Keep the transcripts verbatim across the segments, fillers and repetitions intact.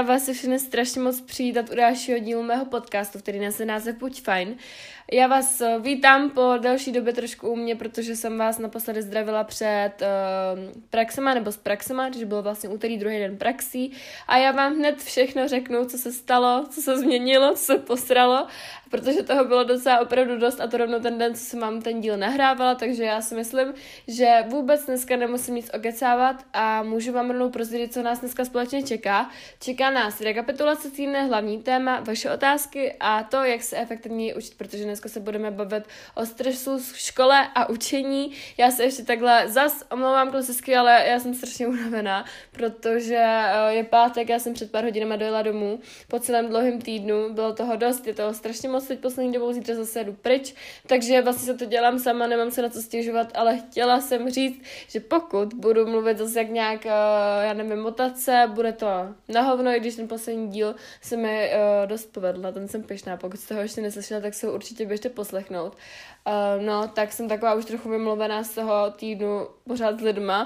vás se všechny strašně moc přivítat u dalšího dílu mého podcastu, který nese název Buď fajn. Já vás vítám po delší době trošku u mě, protože jsem vás naposledy zdravila před uh, praxema nebo s praxema, když bylo vlastně úterý druhý den praxí. A já vám hned všechno řeknu, co se stalo, co se změnilo, co se posralo, protože toho bylo docela opravdu dost a to rovno ten den, co jsem vám ten díl nahrávala, takže já si myslím, že vůbec dneska nemusím nic okecávat a můžu vám rovnou prozradit, co nás dneska společně čeká. Čeká nás rekapitulace týdne, hlavní téma, vaše otázky a to, jak se efektivněji učit, protože dneska se budeme bavit o stresu v škole a učení. Já se ještě takhle zas omlouvám klasicky, ale já jsem strašně unavená, protože je pátek, já jsem před pár hodinama dojela domů po celém dlouhém týdnu, bylo toho dost, je toho strašně moc teď poslední dobou, zítra zase jdu pryč, takže vlastně se to dělám sama, nemám se na co stěžovat, ale chtěla jsem říct, že pokud budu mluvit zase jak nějak, já nevím, motace, bude to na hovno, i když ten poslední díl se mi uh, dost povedl, ten jsem pyšná, pokud jste ho ještě neslyšela, tak se ho určitě běžte poslechnout. Uh, no, tak jsem taková už trochu vymluvená z toho týdnu pořád s lidma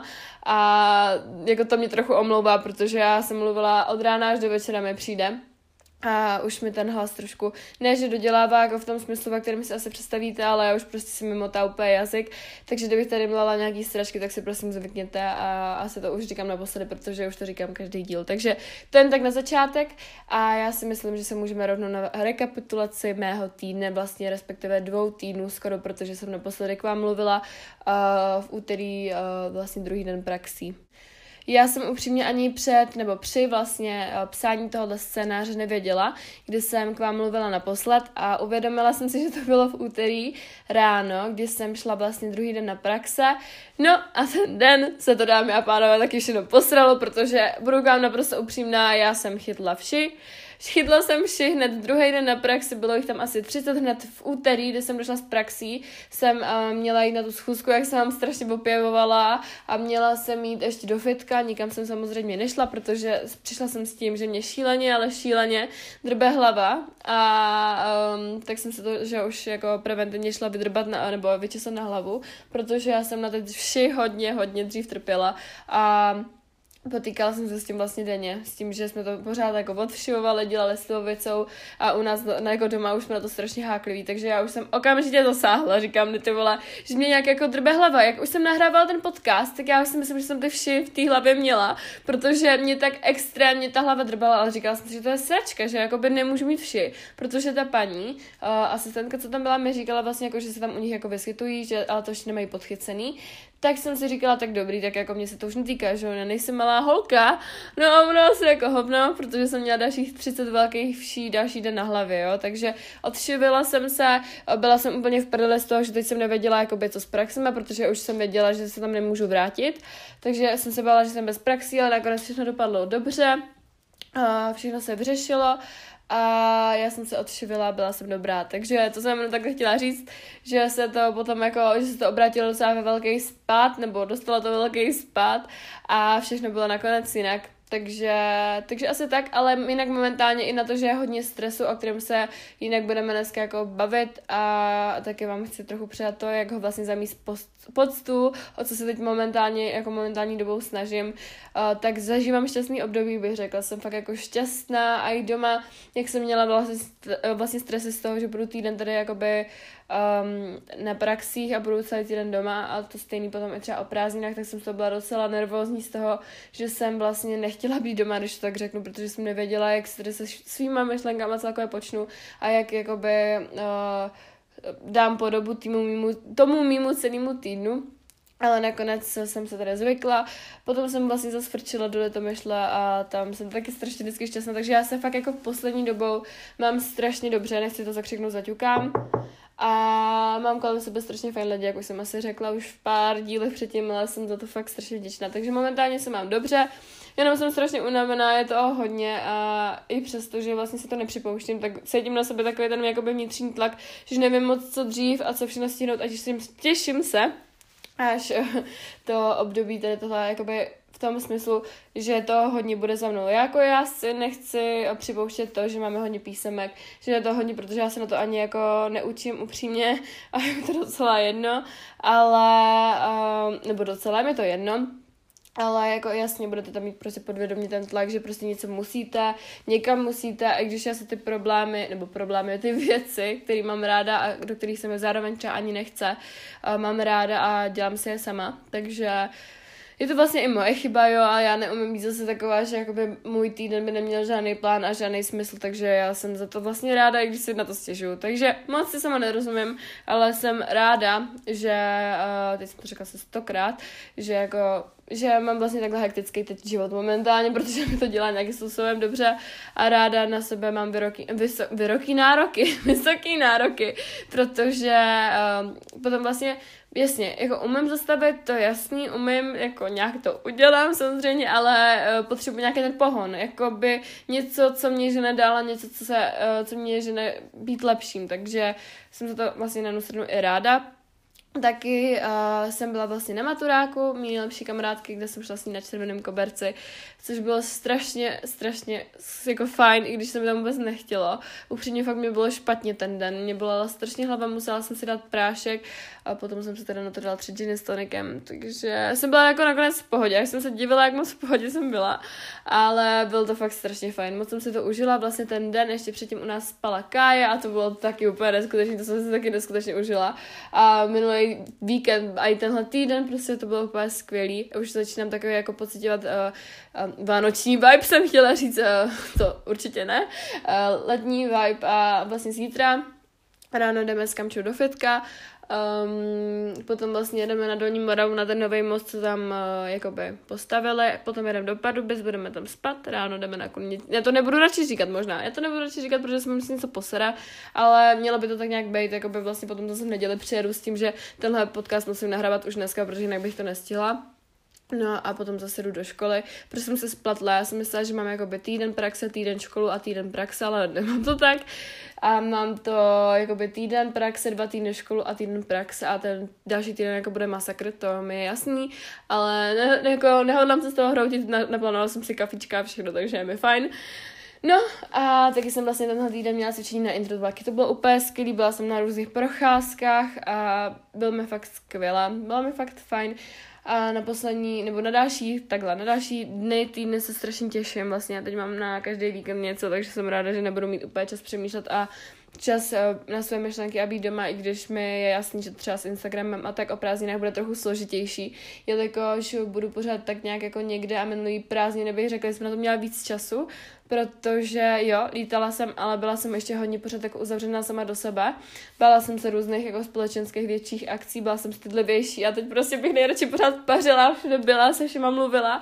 a jako to mě trochu omlouvá, protože já jsem mluvila od rána až do večera mi přijde. A už mi ten hlas trošku, ne, že dodělává jako v tom smyslu, ve kterém si asi představíte, ale už prostě si mi motá úplně jazyk, takže kdybych tady mlala nějaký sračky, tak si prosím zvykněte a asi to už říkám naposledy, protože už to říkám každý díl. Takže to jen tak na začátek a já si myslím, že se můžeme rovnou na rekapitulaci mého týdne, vlastně respektive dvou týdnů skoro, protože jsem naposledy k vám mluvila uh, v úterý uh, vlastně druhý den praxí. Já jsem upřímně ani před, nebo při vlastně psání tohoto scénáře nevěděla, kdy jsem k vám mluvila naposled a uvědomila jsem si, že to bylo v úterý ráno, kdy jsem šla vlastně druhý den na praxe. No a ten den se to, dámy a pánové, taky všechno posralo, protože budu k vám naprosto upřímná, já jsem chytla vši. Chytla jsem vši hned druhý den na praxi, bylo jich tam asi třicet hned v úterý, kdy jsem došla z praxí, jsem uh, měla jít na tu schůzku, jak jsem vám strašně opěvovala a měla jsem jít ještě do fitka, nikam jsem samozřejmě nešla, protože přišla jsem s tím, že mě šíleně, ale šíleně drbe hlava a um, tak jsem se to, že už jako preventivně šla vydrbat na, nebo vyčesat na hlavu, protože já jsem na teď vši hodně, hodně dřív trpěla a potýkala jsem se s tím vlastně denně, s tím, že jsme to pořád jako odvšivovali, dělali s tou věcou a u nás na jako doma už jsme na to strašně hákliví, takže já už jsem okamžitě zasáhla, říkám, ty vole, že mě nějak jako drbe hlava, jak už jsem nahrávala ten podcast, tak já už si myslím, že jsem ty vši v té hlavě měla, protože mě tak extrémně ta hlava drbala, ale říkala jsem si, že to je sračka, že jakoby nemůžu mít vši, protože ta paní, uh, asistentka, co tam byla, mi říkala vlastně jako, že se tam u nich jako vyskytují, že ale to ještě nemají podchycený. Tak jsem si říkala, tak dobrý, tak jako mě se to už netýká, že já nejsem malá holka, no a ono asi jako hovno, protože jsem měla dalších třicet velkých vší další den na hlavě, jo, takže odšivila jsem se, byla jsem úplně v prdeli z toho, že teď jsem nevěděla, jakoby, co s praxem, protože už jsem věděla, že se tam nemůžu vrátit, takže jsem se bála, že jsem bez praxí, ale nakonec všechno dopadlo dobře, a všechno se vyřešilo. A já jsem se odšivila, byla jsem dobrá, takže to jsem jenom takhle chtěla říct, že se to potom jako, že se to obrátilo docela ve velký spád, nebo dostalo to velký spád a všechno bylo nakonec jinak. Takže, takže asi tak, ale jinak momentálně i na to, že je hodně stresu, o kterém se jinak budeme dneska jako bavit a taky vám chci trochu předat to, jak ho vlastně zamíst pod stůl, o co se teď momentálně, jako momentální dobou snažím, uh, tak zažívám šťastný období, bych řekla, jsem fakt jako šťastná a i doma, jak jsem měla vlastně, vlastně stresy z toho, že budu týden tady jakoby um, na praxích a budu celý týden doma a to stejný potom i třeba o prázdninách, tak jsem to byla docela nervózní z toho, že jsem vlastně nechtěla být doma, když to tak řeknu, protože jsem nevěděla, jak se tady se svýma myšlenkama celkově počnu a jak jakoby uh, dám podobu týmu mýmu, tomu mýmu celému týdnu. Ale nakonec jsem se tady zvykla, potom jsem vlastně zase frčila do Litomyšle a tam jsem taky strašně vždycky šťastná, takže já se fakt jako v poslední dobou mám strašně dobře, nechci to zakřiknout, zaťukám. A mám kolem sebe strašně fajn lidi, jak už jsem asi řekla už v pár dílech předtím, ale jsem za to fakt strašně vděčná, takže momentálně se mám dobře, jenom jsem strašně unavená, je toho hodně a i přesto, že vlastně si to nepřipouštím, tak cítím na sebe takový ten jakoby vnitřní tlak, že nevím moc co dřív a co všechno stihnout a těším, těším se, až to období tady tohle jakoby v tom smyslu, že to hodně bude za mnou. Já jako já si nechci připouštět to, že máme hodně písemek, že je to hodně, protože já se na to ani jako neučím upřímně a je to docela jedno, ale, uh, nebo docela je mi to jedno, Ale jako jasně, budete tam mít prostě podvědomě ten tlak, že prostě něco musíte, někam musíte, a když asi ty problémy, nebo problémy, ty věci, které mám ráda a do kterých se mi zároveň třeba ani nechce, mám ráda a dělám si je sama, takže je to vlastně i moje chyba, jo, a já neumím být zase taková, že jakoby můj týden by neměl žádný plán a žádný smysl, takže já jsem za to vlastně ráda, i když si na to stěžuju. Takže moc si sama nerozumím, ale jsem ráda, že, uh, teď jsem to řekla asi stokrát, že jako že mám vlastně takhle hektický teď život momentálně, protože mi to dělá nějakým způsobem dobře a ráda na sebe mám vyroký, vyso, vyroký nároky, vysoký nároky, protože um, potom vlastně, jasně, jako umím zastavit, to jasný, umím, jako nějak to udělám samozřejmě, ale uh, potřebuji nějaký ten pohon, jakoby něco, co mě žene dál a něco, co, se, uh, co mě žene být lepším, takže jsem za to vlastně na jednu stranu i ráda. Taky uh, jsem byla vlastně na maturáku, mý nejlepší kamarádky, kde jsem šla s ní na červeném koberci, což bylo strašně, strašně jako fajn, i když se mi tam vůbec nechtělo. Upřímně fakt mě bylo špatně ten den, mě bolela strašně hlava, musela jsem si dát prášek a potom jsem si teda na to dala tři džiny s tonikem, takže jsem byla jako nakonec v pohodě, já jsem se divila, jak moc v pohodě jsem byla, ale bylo to fakt strašně fajn, moc jsem si to užila, vlastně ten den, ještě předtím u nás spala Kája a to bylo taky úplně neskutečný, to jsem si taky neskutečně užila a minulý víkend a i tenhle týden, prostě to bylo úplně skvělý. Už začínám takový jako pocitovat uh, uh, vánoční vibe, jsem chtěla říct, uh, to určitě ne, uh, letní vibe a vlastně zítra ráno jdeme s Kamčou do fitka, Um, potom vlastně jedeme na Dolní Moravu na ten nový most, co tam uh, jakoby postavili, potom jedeme do Pardubic, budeme tam spat, ráno jdeme na koně. Já to nebudu radši říkat možná, já to nebudu radši říkat, protože jsem myslím něco posera, ale mělo by to tak nějak být, jakoby vlastně potom zase v neděli přijedu s tím, že tenhle podcast musím nahrávat už dneska, protože jinak bych to nestihla. No a potom zase jdu do školy, protože jsem se splatla, já jsem myslela, že mám jakoby týden praxe, týden školu a týden praxe, ale nemám to tak. A mám to jakoby týden praxe, dva týdny školu a týden praxe a ten další týden jako bude masakr, to mi je jasný, ale ne, jako nehodlám se z toho hroutit, naplánovala jsem si kafička a všechno, takže je mi fajn. No a taky jsem vlastně tenhle týden měla cvičení na intro dva, to bylo úplně skvělý, byla jsem na různých procházkách a bylo mi fakt skvělá, bylo mi fakt fajn. A na poslední, nebo na další, takhle, na další dny, týdny se strašně těším, vlastně já teď mám na každý víkend něco, takže jsem ráda, že nebudu mít úplně čas přemýšlet a čas na své myšlenky a být doma, i když mi je jasný, že třeba s Instagramem a tak o prázdninách bude trochu složitější, jelikož budu pořád tak nějak jako někde a minulý prázdniny bych řekla, že jsem na to měla víc času, protože jo, lítala jsem, ale byla jsem ještě hodně pořád jako uzavřená sama do sebe. Bála jsem se různých jako společenských větších akcí, byla jsem stydlivější a teď prostě bych nejradši pořád pařila, všude byla, se všema mluvila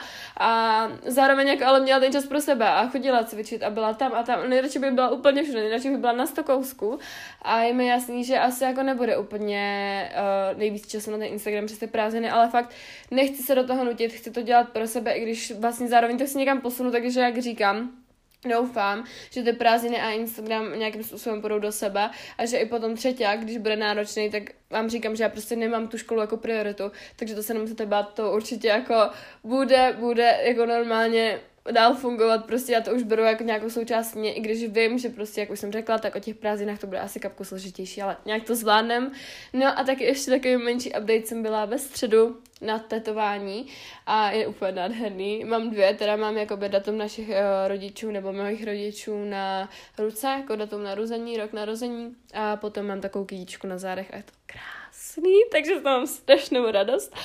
a zároveň jako ale měla ten čas pro sebe a chodila cvičit a byla tam a tam. Nejradši bych byla úplně všude, nejradši bych byla na Stokousku a je mi jasný, že asi jako nebude úplně uh, nejvíc času na ten Instagram přes ty prázdniny, ale fakt nechci se do toho nutit, chci to dělat pro sebe, i když vlastně zároveň to si někam posunu, takže jak říkám, doufám, že ty prázdniny a Instagram nějakým způsobem půjdou do sebe a že i potom třeťák, když bude náročný, tak vám říkám, že já prostě nemám tu školu jako prioritu, takže to se nemusíte bát, to určitě jako bude, bude jako normálně dál fungovat, prostě já to už beru jako nějakou součást mě, i když vím, že prostě, jak už jsem řekla, tak o těch prázdninách to bude asi kapku složitější, ale nějak to zvládnem. No a taky ještě takový menší update, jsem byla ve středu na tetování a je úplně nádherný. Mám dvě, teda mám jakoby datum našich uh, rodičů nebo mých rodičů na ruce, jako datum narození, rok narození a potom mám takovou kytičku na zádech a je to krásný, takže to mám strašnou radost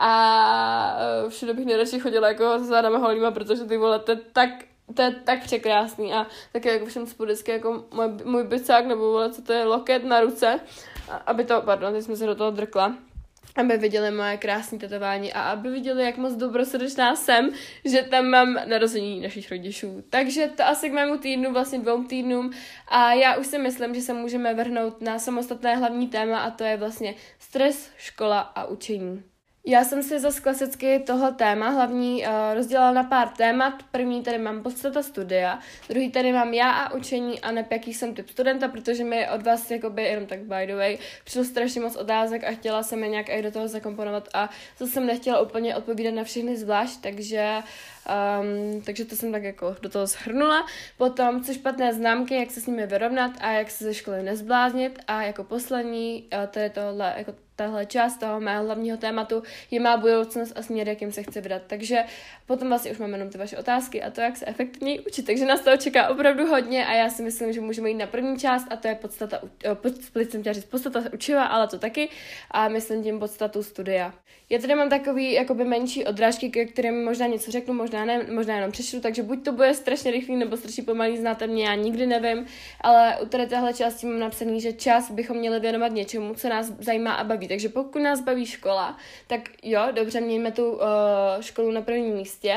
a uh, všude bych nejradši chodila jako s zádama holýma, protože ty vole, to je tak to je tak překrásný a taky jako všem spodecky jako můj, můj bicák nebo vole, co to je, loket na ruce, a, aby to, pardon, teď jsem se do toho drkla, aby viděli moje krásné tetování a aby viděli, jak moc dobrosrdečná jsem, že tam mám narození našich rodičů. Takže to asi k mému týdnu, vlastně dvou týdnům a já už si myslím, že se můžeme vrhnout na samostatné hlavní téma a to je vlastně stres, škola a učení. Já jsem si zase klasicky tohle téma hlavní uh, rozdělala na pár témat. První tady mám podstata studia, druhý tady mám já a učení a neb jaký jsem typ studenta, protože mi od vás jakoby, jenom tak by the way, přišlo strašně moc otázek a chtěla jsem je nějak i do toho zakomponovat a zase jsem nechtěla úplně odpovídat na všechny zvlášť, takže Um, takže to jsem tak jako do toho shrnula. Potom, co špatné známky, jak se s nimi vyrovnat a jak se ze školy nezbláznit a jako poslední, tady tohle, jako tahle část toho mého hlavního tématu je má budoucnost a směr, jakým se chce vydat. Takže potom vlastně už máme jenom ty vaše otázky a to, jak se efektivněji učit. Takže nás toho čeká opravdu hodně a já si myslím, že můžeme jít na první část a to je podstata, pod, jsem chtěla říct podstata učiva, ale to taky a myslím tím podstatu studia. Já tady mám takový jakoby menší odrážky, ke kterým možná něco řeknu, možná ne, možná jenom přečtu, takže buď to bude strašně rychlý nebo strašně pomalý, znáte mě, já nikdy nevím, ale u tady téhle části mám napsaný, že čas bychom měli věnovat něčemu, co nás zajímá a baví. Takže pokud nás baví škola, tak jo, dobře, mějme tu uh, školu na prvním místě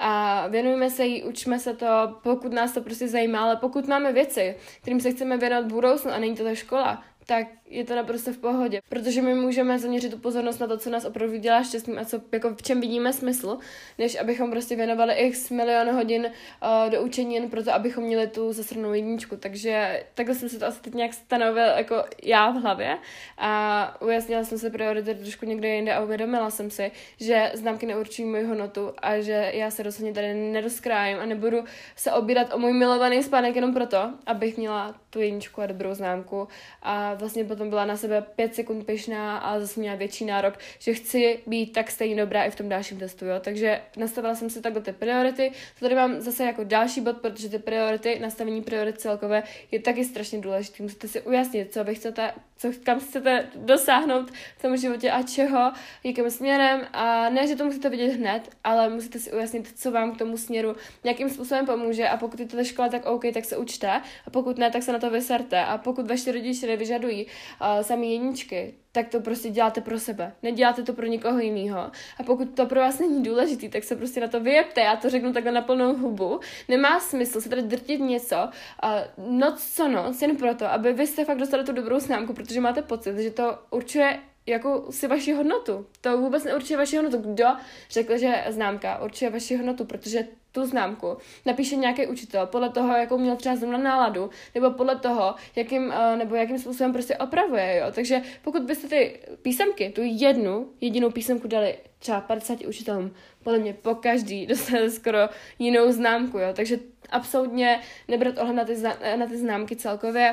a věnujeme se jí, učme se to, pokud nás to prostě zajímá, ale pokud máme věci, kterým se chceme věnovat v budoucnu a není to ta škola, tak je to naprosto v pohodě, protože my můžeme zaměřit tu pozornost na to, co nás opravdu dělá šťastným a co, jako v čem vidíme smysl, než abychom prostě věnovali x milion hodin uh, do učení jen proto, abychom měli tu zasranou jedničku. Takže takhle jsem si to asi teď nějak stanovil jako já v hlavě a ujasnila jsem si priority trošku někde jinde a uvědomila jsem si, že známky neurčují moji hodnotu a že já se rozhodně tady nerozkrájím a nebudu se obírat o můj milovaný spánek jenom proto, abych měla tu jedničku a dobrou známku a vlastně potom byla na sebe pět sekund pyšná a zase měla větší nárok, že chci být tak stejně dobrá i v tom dalším testu, jo. Takže nastavila jsem si takhle ty priority. To tady mám zase jako další bod, protože ty priority, nastavení priorit celkové je taky strašně důležité. Musíte si ujasnit, co vy chcete, co, kam chcete dosáhnout v tom životě a čeho, jakým směrem a ne, že to musíte vidět hned, ale musíte si ujasnit, co vám k tomu směru nějakým způsobem pomůže a pokud je to ve škole, tak OK, tak se učte a pokud ne, tak se na to vyserte a pokud vaši rodiče nevyžadují uh, sami jedničky, tak to prostě děláte pro sebe. Neděláte to pro někoho jiného. A pokud to pro vás není důležitý, tak se prostě na to vyjebte. Já to řeknu takhle na plnou hubu. Nemá smysl se tady drtit něco uh, noc co noc, jen proto, aby vy jste fakt dostali tu dobrou známku, protože máte pocit, že to určuje jakou si vaši hodnotu. To vůbec neurčuje vaši hodnotu. Kdo řekl, že známka určuje vaši hodnotu, protože tu známku napíše nějaký učitel podle toho, jakou měl třeba zrovna náladu, nebo podle toho, jakým, nebo jakým způsobem prostě opravuje, jo. Takže pokud byste ty písemky, tu jednu, jedinou písemku dali třeba padesáti učitelům, podle mě po každý dostane skoro jinou známku, jo. Takže absolutně nebrat ohled na ty, na ty známky celkově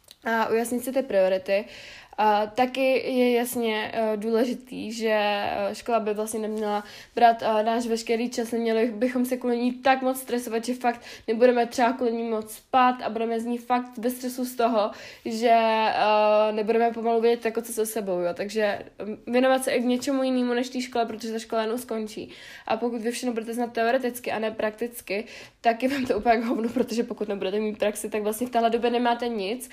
a ujasnit si ty priority. Uh, taky je jasně uh, důležitý, že uh, škola by vlastně neměla brát uh, náš veškerý čas, neměli bychom se kvůli ní tak moc stresovat, že fakt nebudeme třeba kvůli ní moc spát a budeme z ní fakt bez stresu z toho, že uh, nebudeme pomalu vědět, jako co se sebou, jo. Takže věnovat se i k něčemu jinému než té škole, protože ta škola jenom skončí. A pokud vy všechno budete znát teoreticky a ne prakticky, tak je vám to úplně k hovnu, protože pokud nebudete mít praxi, tak vlastně v téhle době nemáte nic.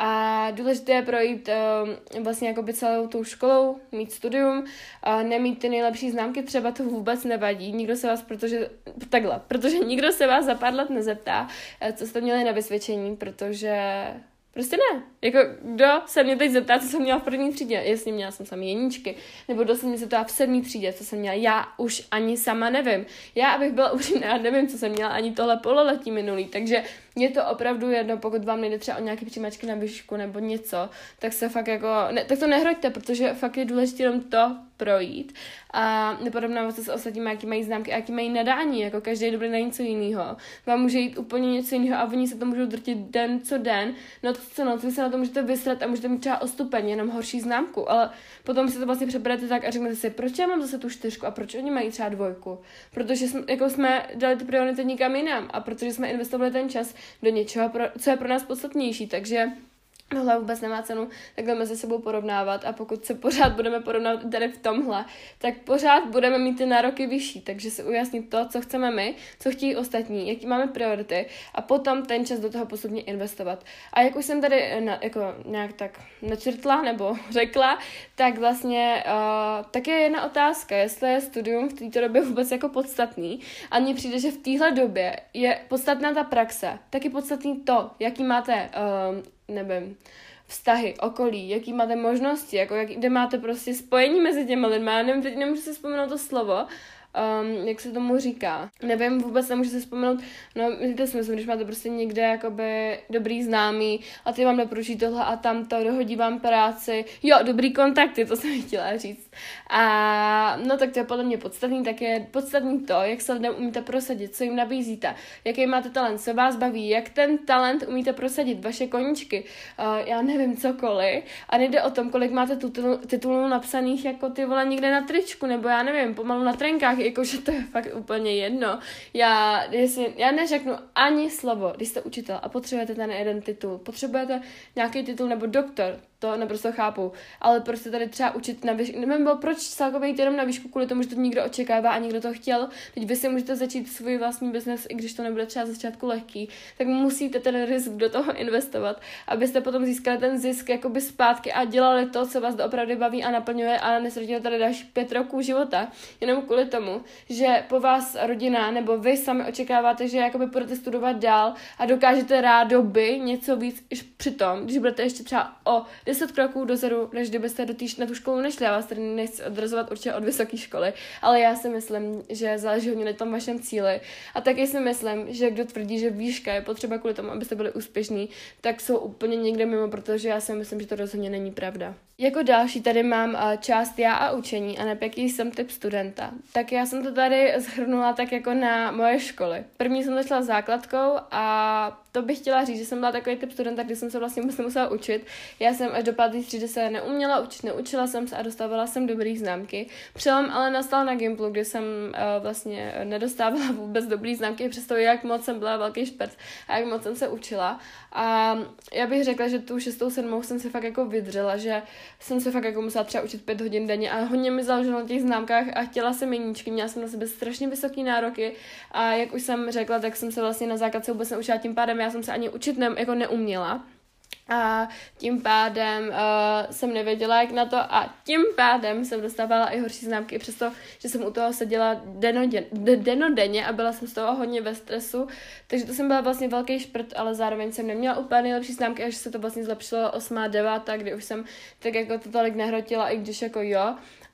A důležité je projít uh, vlastně jakoby celou tou školou, mít studium, a nemít ty nejlepší známky, třeba to vůbec nevadí. Nikdo se vás, protože takhle, protože nikdo se vás za pár let nezeptá, co jste měli na vysvědčení, protože prostě ne. Jako, kdo se mě teď zeptá, co jsem měla v první třídě? Jestli měla jsem sami jedničky, nebo kdo se mě zeptá v sedmý třídě, co jsem měla? Já už ani sama nevím. Já, abych byla upřímná, nevím, co jsem měla ani tohle pololetí minulý, takže je to opravdu jedno, pokud vám nejde třeba o nějaké přijímačky na výšku nebo něco, tak se fakt jako, ne, tak to nehroďte, protože fakt je důležité jenom to projít a nepodobnávat se s ostatními, jaký mají známky a jaký mají nadání, jako každý je dobrý na něco jiného. Vám může jít úplně něco jiného a oni se to můžou drtit den co den, noc co noc, vy se na to můžete vysrat a můžete mít třeba o stupeň, jenom horší známku, ale potom si to vlastně přeberete tak a řeknete si, proč já mám zase tu čtyřku a proč oni mají třeba dvojku, protože jsme, jako jsme dali ty priority nikam jinam a protože jsme investovali ten čas do něčeho, co je pro nás podstatnější, takže tohle vůbec nemá cenu takhle mezi sebou porovnávat a pokud se pořád budeme porovnávat tady v tomhle, tak pořád budeme mít ty nároky vyšší, takže si ujasnit to, co chceme my, co chtějí ostatní, jaký máme priority a potom ten čas do toho postupně investovat. A jak už jsem tady na, jako nějak tak načrtla nebo řekla, tak vlastně uh, také je jedna otázka, jestli je studium v této době vůbec jako podstatný a mně přijde, že v téhle době je podstatná ta praxe, tak je podstatný to, jaký máte uh, nevím, vztahy, okolí, jaký máte možnosti, jako jak, kde máte prostě spojení mezi těmi lidmi, já nevím, teď nemůžu si vzpomenout to slovo, um, jak se tomu říká. Nevím, vůbec nemůžu se vzpomenout, no to si myslím, když máte prostě někde jakoby dobrý známý a ty vám doporučí tohle a tamto, dohodí vám práci, jo, dobrý kontakty, to jsem chtěla říct. A no tak to je podle mě podstatný, tak je podstatný to, jak se lidem umíte prosadit, co jim nabízíte, jaký máte talent, co vás baví, jak ten talent umíte prosadit, vaše koníčky, uh, já nevím, cokoliv. A nejde o tom, kolik máte titulů, titulů napsaných jako ty vole někde na tričku, nebo já nevím, pomalu na trenkách, jakože to je fakt úplně jedno. Já, jestli, já neřeknu ani slovo, když jste učitel a potřebujete ten jeden titul, potřebujete nějaký titul nebo doktor, to naprosto chápu, ale prostě tady třeba učit na výšku, nevím, bylo proč celkově jít jenom na výšku kvůli tomu, že to někdo očekává a někdo to chtěl, teď vy si můžete začít svůj vlastní biznes, i když to nebude třeba za začátku lehký, tak musíte ten risk do toho investovat, abyste potom získali ten zisk jakoby zpátky a dělali to, co vás opravdu baví a naplňuje a nesrodili tady další pět roků života, jenom kvůli tomu, že po vás rodina nebo vy sami očekáváte, že jakoby budete studovat dál a dokážete rádoby něco víc i přitom, když budete ještě třeba o deset kroků dozadu, než kdybyste do týž, na tu školu nešli. Já vás tady nechci odrazovat určitě od vysoké školy, ale já si myslím, že záleží hodně na tom vašem cíli. A taky si myslím, že kdo tvrdí, že výška je potřeba kvůli tomu, abyste byli úspěšní, tak jsou úplně někde mimo, protože já si myslím, že to rozhodně není pravda. Jako další tady mám část já a učení a neb jaký jsem typ studenta. Tak já jsem to tady shrnula tak jako na moje školy. První jsem začala základkou a to bych chtěla říct, že jsem byla takový typ studenta, kdy jsem se vlastně vůbec nemusela učit. Já jsem až do páté třídy se neuměla učit, neučila jsem se a dostávala jsem dobrý známky. Přelom ale nastal na Gimplu, kdy jsem uh, vlastně nedostávala vůbec dobrý známky, přesto jak moc jsem byla velký špec a jak moc jsem se učila. A já bych řekla, že tu šestou, sedmou jsem se fakt jako vydřela, že jsem se fakt jako musela třeba učit pět hodin denně a hodně mi záleželo na těch známkách a chtěla jsem jedničky, měla jsem na sebe strašně vysoký nároky a jak už jsem řekla, tak jsem se vlastně na základce vůbec neučila, tím pádem já jsem se ani učit ne, jako neuměla. A tím pádem uh, jsem nevěděla, jak na to a tím pádem jsem dostávala i horší známky, přesto, že jsem u toho seděla denodenně, denodenně a byla jsem z toho hodně ve stresu, takže to jsem byla vlastně velký šprt, ale zároveň jsem neměla úplně nejlepší známky, až se to vlastně zlepšilo osmá, devátá, kdy už jsem tak jako to tolik nehrotila, i když jako jo,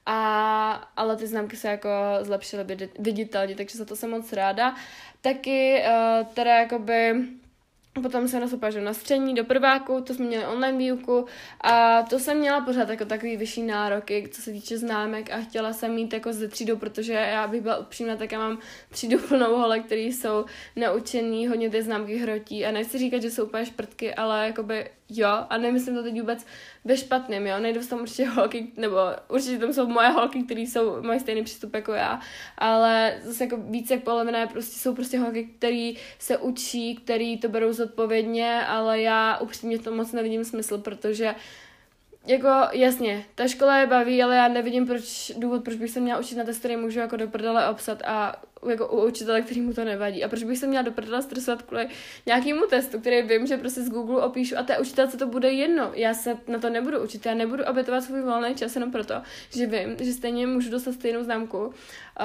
a, ale ty známky se jako zlepšily viditelně, takže za to jsem moc ráda. Taky uh, teda jakoby potom jsem nastoupila na střední do prváku, to jsme měli online výuku a to jsem měla pořád jako takový vyšší nároky, co se týče známek a chtěla jsem mít jako ze třídou, protože já bych byla upřímná, tak já mám třídu plnou holek, který jsou naučený, hodně ty známky hrotí a nechci říkat, že jsou úplně šprtky, ale jakoby jo, a nemyslím to teď vůbec ve špatném, jo, nejdu tam určitě holky, nebo určitě tam jsou moje holky, které jsou, mají stejný přístup jako já, ale zase jako více jak polovina prostě jsou prostě holky, které se učí, které to berou zodpovědně, ale já upřímně to moc nevidím smysl, protože jako jasně, ta škola je baví, ale já nevidím proč, důvod, proč bych se měla učit na test, který můžu jako do prdele obsat a jako u učitele, který mu to nevadí. A proč bych se měla do prdele stresovat kvůli nějakému testu, který vím, že prostě z Google opíšu a té učitelce to bude jedno. Já se na to nebudu učit, já nebudu obětovat svůj volný čas jenom proto, že vím, že stejně můžu dostat stejnou známku uh,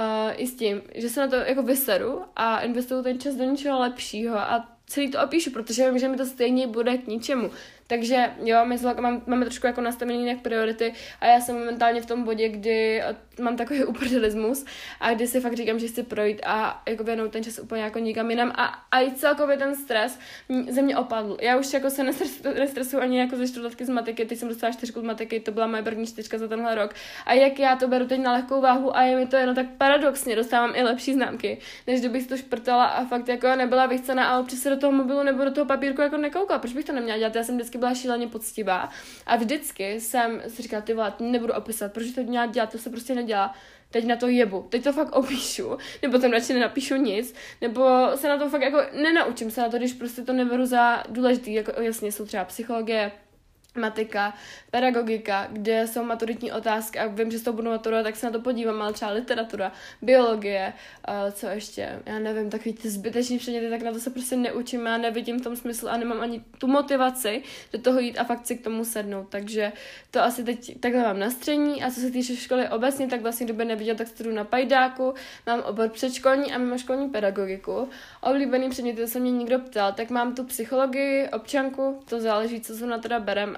i s tím, že se na to jako vyseru a investuju ten čas do něčeho lepšího a celý to opíšu, protože vím, že mi to stejně bude k ničemu. Takže jo, my mám, máme trošku jako nastavený jinak priority a já jsem momentálně v tom bodě, kdy mám takový uprdelismus a kdy si fakt říkám, že chci projít a jako věnout ten čas úplně jako nikam jinam a, a i celkově ten stres ze mě opadl. Já už jako se nestresuju, nestresuju ani jako ze čtvrtletky z matiky, teď jsem dostala čtyřku z matiky, to byla moje první čtyřka za tenhle rok a jak já to beru teď na lehkou váhu a je mi to jenom tak paradoxně, dostávám i lepší známky, než kdybych to šprtala a fakt jako nebyla vychcená a občas se do toho mobilu nebo do toho papírku jako nekoukala, proč bych to neměla dělat, já jsem vždycky byla šíleně poctivá a vždycky jsem si říkala, ty vole, nebudu opisat, proč to měla dělat, to se prostě nedělá. Teď na to jebu, teď to fakt opíšu, nebo tam radši nenapíšu nic, nebo se na to fakt jako nenaučím se na to, když prostě to neberu za důležitý, jako jasně jsou třeba psychologie, matika, pedagogika, kde jsou maturitní otázky a vím, že s tou budu maturovat, tak se na to podívám, ale třeba literatura, biologie, uh, co ještě, já nevím, takový ty zbyteční předměty, tak na to se prostě neučím, já nevidím v tom smysl a nemám ani tu motivaci do toho jít a fakt si k tomu sednout, takže to asi teď takhle mám na střední a co se týče školy obecně, tak vlastně kdyby neviděl, tak studuju na pajdáku, mám obor předškolní a mimoškolní pedagogiku. Oblíbený předměty, to se mě někdo ptal, tak mám tu psychologii, občanku, to záleží, co se na teda berem,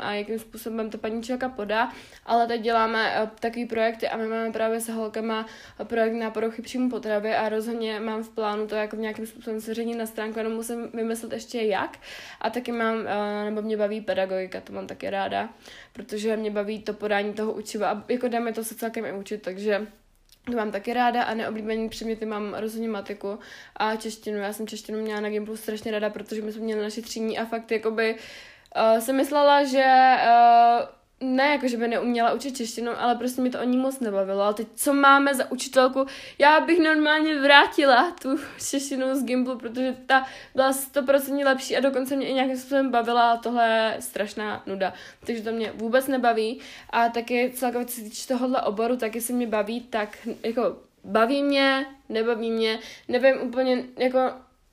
a jakým způsobem to paní učitelka podá, ale teď děláme uh, takový projekty a my máme právě s holkama projekt na poruchy příjmu potravy a rozhodně mám v plánu to jako v nějakým způsobem zveřejnit na stránku, jenom musím vymyslet ještě jak. A taky mám, uh, nebo mě baví pedagogika, to mám taky ráda, protože mě baví to podání toho učiva a jako dáme to se celkem i učit, takže to mám taky ráda a neoblíbený předměty mám rozhodně matiku a češtinu. Já jsem češtinu měla na Gimplu strašně ráda, protože my jsme měli naši třídní a fakt jakoby uh, jsem myslela, že uh, ne, jako že by neuměla učit češtinu, ale prostě mi to o ní moc nebavilo. Ale teď, co máme za učitelku, já bych normálně vrátila tu češtinu z Gimplu, protože ta byla sto procent lepší a dokonce mě i nějakým způsobem bavila a tohle je strašná nuda. Takže to mě vůbec nebaví a taky celkově co se týče tohohle oboru, taky se mě baví, tak jako baví mě, nebaví mě, nevím úplně, jako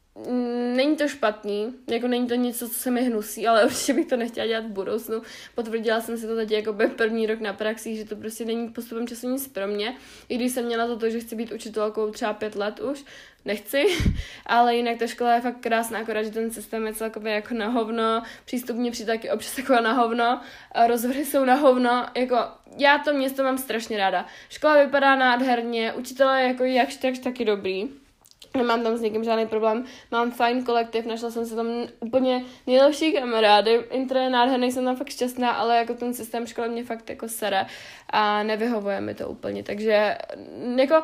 není to špatný, jako není to něco, co se mi hnusí, ale určitě bych to nechtěla dělat v budoucnu. Potvrdila jsem si to teď jako první rok na praxi, že to prostě není postupem času nic pro mě. I když jsem měla za to, že chci být učitelkou třeba pět let už, nechci, ale jinak ta škola je fakt krásná, akorát, že ten systém je celkově jako na hovno, přístupně přijde taky občas jako na hovno, a rozvrhy jsou na hovno, jako já to město mám strašně ráda. Škola vypadá nádherně, učitelé jako jakž takž taky dobrý. Nemám tam s někým žádný problém, mám fajn kolektiv, našla jsem si tam úplně nejlepší kamarády, intro je nádherný, jsem tam fakt šťastná, ale jako ten systém školy mě fakt jako sere a nevyhovuje mi to úplně, takže jako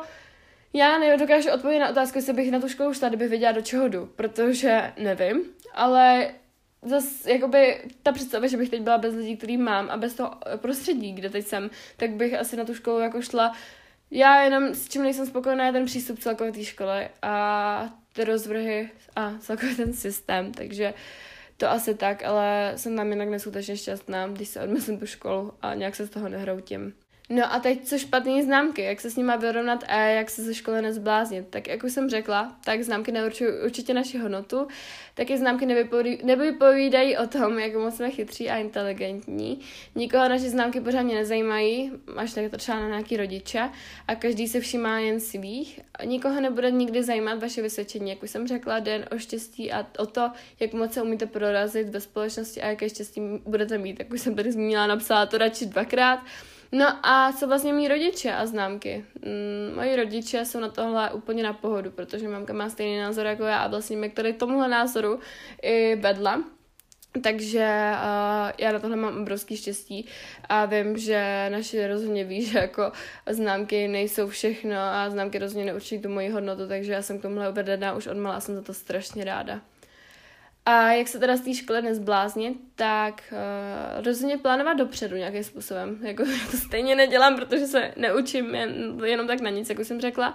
já nedokážu odpovědět na otázku, jestli bych na tu školu šla, kdybych věděla, do čeho jdu, protože nevím, ale zase jakoby ta představa, že bych teď byla bez lidí, který mám a bez toho prostředí, kde teď jsem, tak bych asi na tu školu jako šla. Já jenom s čím nejsem spokojená je ten přístup celkově té školy a ty rozvrhy a celkově ten systém, takže to asi tak, ale jsem tam jinak neskutečně šťastná, když se odmyslím tu školu a nějak se z toho nehroutím. No a teď co špatný známky, jak se s nimi vyrovnat a jak se ze školy nezbláznit. Tak jak už jsem řekla, tak známky neurčují určitě naši hodnotu, taky známky nevypovídají, nevypovídají o tom, jak moc jsme chytří a inteligentní. Nikoho naše známky pořádně nezajímají, až tak to třeba na nějaký rodiče a každý se všímá jen svých. Nikoho nebude nikdy zajímat vaše vysvědčení, jak už jsem řekla, den o štěstí a o to, jak moc se umíte prorazit ve společnosti a jaké štěstí budete mít. Jak už jsem tady zmínila, napsala to radši dvakrát. No a co vlastně mý rodiče a známky? Mm, moji rodiče jsou na tohle úplně na pohodu, protože mamka má stejný názor jako já a vlastně mě který tomuhle názoru i vedla. Takže uh, já na tohle mám obrovský štěstí a vím, že naši rozhodně ví, že jako známky nejsou všechno a známky rozhodně neurčují tu moji hodnotu, takže já jsem k tomuhle uvedená už odmala a jsem za to strašně ráda. A jak se teda z té školy nezbláznit, tak uh, rozhodně plánovat dopředu nějakým způsobem. Jako to stejně nedělám, protože se neučím jen, jenom tak na nic, jak už jsem řekla,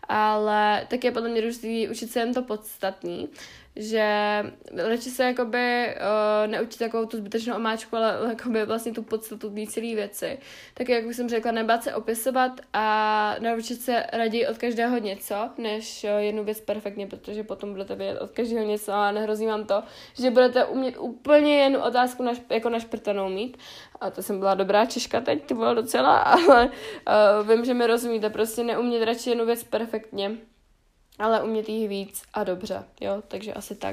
ale tak je podle mě důležitý učit se jen to podstatný, že radši se jakoby uh, neučit takovou tu zbytečnou omáčku, ale jakoby vlastně tu podstatu té celé věci. Tak jak už jsem řekla, nebát se opisovat a naučit se raději od každého něco, než uh, jednu věc perfektně, protože potom budete vědět od každého něco a nehrozí vám to, že budete umět úplně jednu otázku naš, jako našprtanou mít. A to jsem byla dobrá Češka teď, to bylo docela, ale uh, vím, že mi rozumíte, prostě neumět radši jednu věc perfektně, ale umět jí víc a dobře, jo, takže asi tak.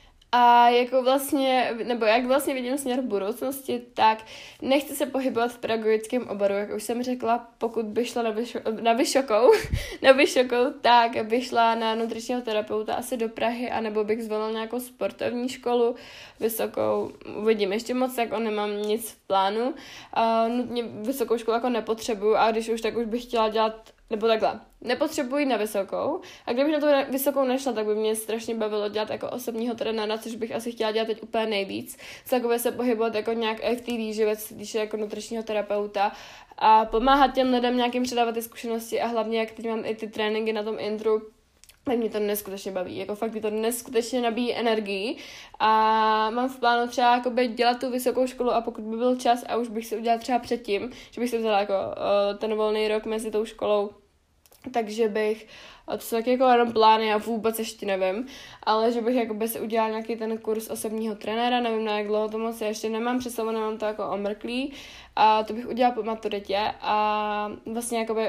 A jako vlastně, nebo jak vlastně vidím směr v budoucnosti, tak nechci se pohybovat v pedagogickém oboru, jak už jsem řekla, pokud bych šla na, vyšo- na vysokou, na vysokou, tak bych šla na nutričního terapeuta asi do Prahy, anebo bych zvolila nějakou sportovní školu vysokou, uvidím ještě moc, jako nemám nic v plánu, uh, nutně vysokou školu jako nepotřebuju a když už, tak už bych chtěla dělat nebo takhle, nepotřebuji na vysokou a kdybych na to vysokou nešla, tak by mě strašně bavilo dělat jako osobního trenéra, což bych asi chtěla dělat teď úplně nejvíc. Celkově se pohybovat jako nějak v té výživě, když je jako nutričního terapeuta a pomáhat těm lidem nějakým předávat ty zkušenosti a hlavně jak teď mám i ty tréninky na tom intru, tak mě to neskutečně baví, jako fakt mě to neskutečně nabíjí energii a mám v plánu třeba jakoby dělat tu vysokou školu a pokud by byl čas a už bych si udělala třeba předtím, že bych si vzala jako uh, ten volný rok mezi tou školou, takže bych, to jsou taky jako jenom plány, já vůbec ještě nevím, ale že bych jakoby si udělala nějaký ten kurz osobního trenéra, nevím na jak dlouho to moc, já ještě nemám představu, nemám to jako omrklý a to bych udělala po maturitě a vlastně jakoby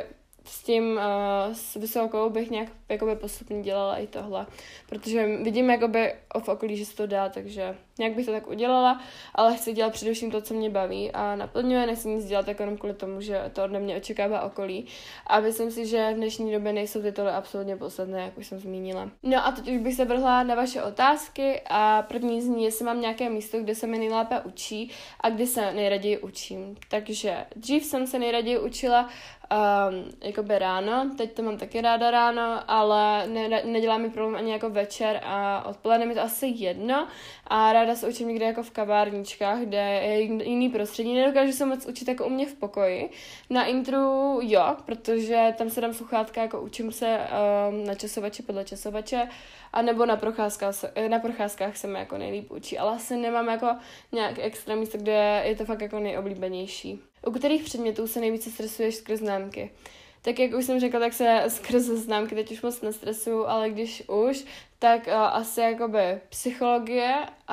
s tím uh, s vysokou bych nějak jakoby postupně dělala i tohle, protože vidím jakoby v okolí, že se to dá, takže nějak bych to tak udělala, ale chci dělat především to, co mě baví a naplňuje, nechci nic dělat jenom kvůli tomu, že to ode mě očekává okolí a myslím si, že v dnešní době nejsou tituly absolutně posledné, jak už jsem zmínila. No a teď už bych se vrhla na vaše otázky a první z ní, jestli mám nějaké místo, kde se mi nejlépe učí a kde se nejraději učím. Takže dřív jsem se nejraději učila Um, jakoby ráno, teď to mám taky ráda ráno, ale ne, nedělá mi problém ani jako večer a odpoledne mi to asi jedno a ráda se učím někde jako v kavárničkách, kde je jiný prostředí, nedokážu se moc učit jako u mě v pokoji. Na intru jo, protože tam se dám sluchátka, jako učím se um, na časovače podle časovače, a nebo na procházkách, na procházkách se mi jako nejlíp učí, ale asi nemám jako nějak extra místo, kde je to fakt jako nejoblíbenější. U kterých předmětů se nejvíce stresuješ skrz známky? Tak jak už jsem řekla, tak se skrz známky teď už moc nestresuju, ale když už, tak uh, asi jakoby psychologie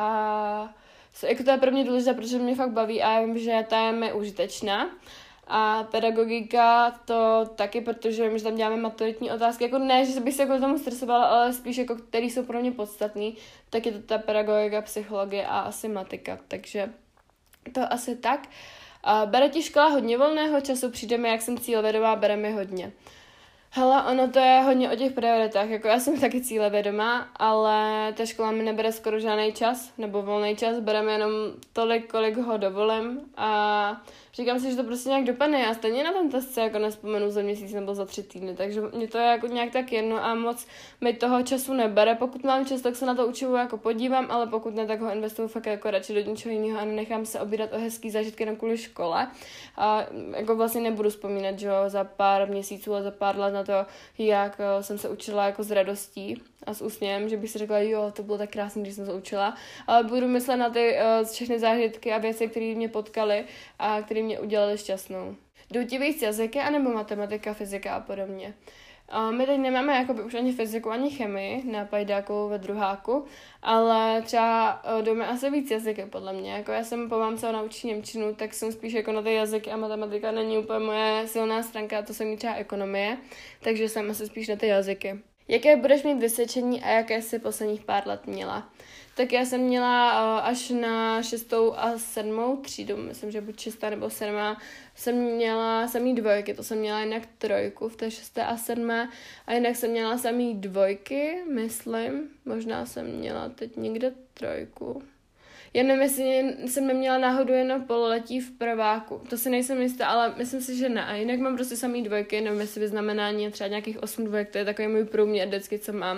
a jako to je pro mě důležité, protože mě fakt baví a já vím, že ta je mi užitečná. A pedagogika to taky, protože vím, že tam děláme maturitní otázky, jako ne, že bych se jako tomu stresovala, ale spíš jako který jsou pro mě podstatný, tak je to ta pedagogika, psychologie a asi matika, takže to asi tak. A bere ti škola hodně volného času, přijde mi, jak jsem cílevědomá, bere mi hodně. Hele, ono to je hodně o těch prioritách, jako já jsem taky cílevědomá, ale ta škola mi nebere skoro žádný čas, nebo volný čas, bere mi jenom tolik, kolik ho dovolím a říkám si, že to prostě nějak dopadne, já stejně na ten test se jako nespomenu za měsíc nebo za tři týdny, takže mě to je jako nějak tak jedno a moc mi toho času nebere, pokud mám čas, tak se na to učivu jako podívám, ale pokud ne, tak ho investuju fakt jako radši do něčeho jiného a nechám se obírat o hezký zážitky jenom kvůli škole a jako vlastně nebudu vzpomínat, že jo, za pár měsíců a za pár let na to, jak jsem se učila jako s radostí a s úsměvem, že bych si řekla, jo, to bylo tak krásné, když jsem se učila, ale budu myslet na ty uh, všechny zážitky a věci, které mě potkaly a které mě udělali šťastnou. Jdou ti víc jazyky, anebo matematika, fyzika a podobně. Uh, my teď nemáme jakoby už ani fyziku, ani chemii na pajdáku ve druháku, ale třeba uh, jdeme asi víc jazyky podle mě. Jako já jsem po mámce naučí němčinu, tak jsem spíš jako na ty jazyky a matematika není úplně moje silná stránka, to jsem třeba ekonomie, takže jsem asi spíš na ty jazyky. Jaké budeš mít vysvědčení a jaké jsi posledních pár let měla? Tak já jsem měla uh, až na šestou a sedmou třídu, myslím, že buď šestá nebo sedmá, jsem měla samý dvojky, to jsem měla jinak trojku v té šesté a sedmé a jinak jsem měla samý dvojky, myslím, možná jsem měla teď někde trojku. Já nevím, jestli jsem neměla náhodou jenom pololetí v prváku. To si nejsem jistá, ale myslím si, že ne. A jinak mám prostě samý dvojky, nevím, jestli vyznamenání třeba nějakých osm dvojek, to je takový můj průměr vždycky, co mám.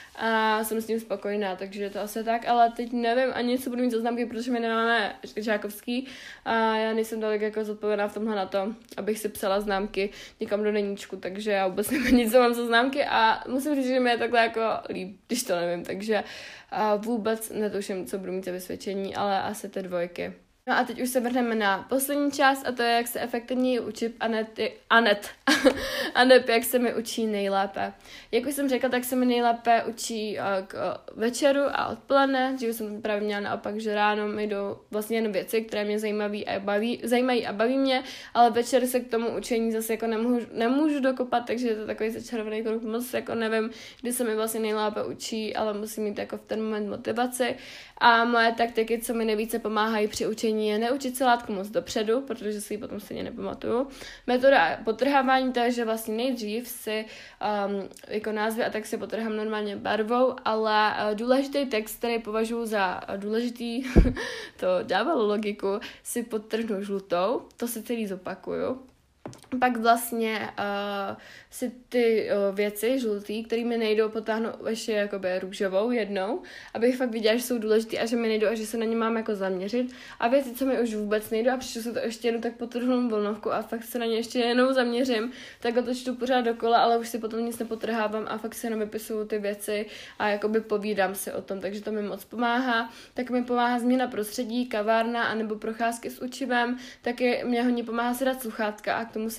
A jsem s tím spokojená, takže to asi tak, ale teď nevím ani, co budu mít za známky, protože my nemáme žákovský a já nejsem tolik jako zodpovědná v tomhle na to, abych si psala známky někam do deníčku, takže já vůbec nevím nic, co mám za známky a musím říct, že mi je takhle jako líp, když to nevím, takže vůbec netuším, co budu mít za vysvědčení, ale asi ty dvojky. No a teď už se vrhneme na poslední část a to je, jak se efektivněji učit a net, a net, a net, jak se mi učí nejlépe. Jak už jsem řekla, tak se mi nejlépe učí k večeru a odpoledne, že jsem právě měla naopak, že ráno mi jdou vlastně jen věci, které mě zajímaví a baví, zajímají a baví mě, ale večer se k tomu učení zase jako nemůžu, nemůžu dokopat, takže je to takový začarovaný kruh, moc jako nevím, kdy se mi vlastně nejlépe učí, ale musím mít jako v ten moment motivaci. A moje taktiky, co mi nejvíce pomáhají při učení, je neučit se látku moc dopředu, protože si ji potom stejně nepamatuju. Metoda potrhávání, to je, že vlastně nejdřív si um, jako názvy a tak si potrhám normálně barvou, ale uh, důležitý text, který považuji za uh, důležitý, to dávalo logiku, si podtrhnu žlutou, to si celý zopakuju. Pak vlastně uh, si ty uh, věci žlutý, které mi nejdou, potáhnu ještě jakoby růžovou jednou, abych fakt viděla, že jsou důležitý a že mi nejdou a že se na ně mám jako zaměřit. A věci, co mi už vůbec nejdou a přečtu se to ještě jednou, tak potrhnu vlnovku a fakt se na ně ještě jednou zaměřím. Takhle to čtu pořád dokola, ale už si potom nic nepotrhávám a fakt se jenom vypisuju ty věci a jakoby povídám si o tom, takže to mi moc pomáhá. Tak mi pomáhá změna prostředí, kavárna anebo procházky s učivem, taky mě hodně pomáhá si dát sluchátka a k tomu si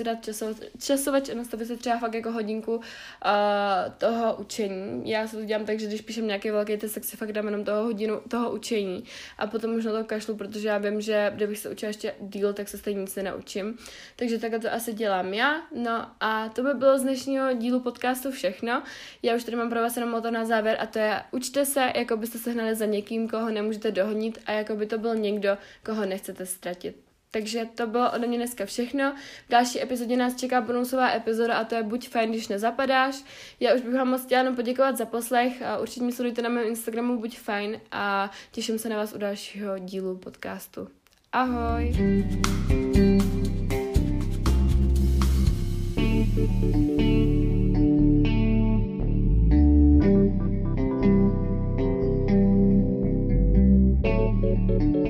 si dát časovat, časovač a nastavit se třeba fakt jako hodinku uh, toho učení. Já se to dělám tak, že když píšem nějaký velký test, tak si fakt dám jenom toho hodinu toho učení a potom už na to kašlu, protože já vím, že kdybych se učila ještě díl, tak se stejně nic nenaučím. Takže takhle to asi dělám já. No a to by bylo z dnešního dílu podcastu všechno. Já už tady mám pro vás jenom moto na závěr a to je učte se, jako byste se hnali za někým, koho nemůžete dohonit a jako by to byl někdo, koho nechcete ztratit. Takže to bylo ode mě dneska všechno. V další epizodě nás čeká bonusová epizoda a to je buď fajn, když nezapadáš. Já už bych vám moc chtěla jenom poděkovat za poslech a určitě mi sledujte na mém Instagramu buď fajn a těším se na vás u dalšího dílu podcastu. Ahoj! Thank you.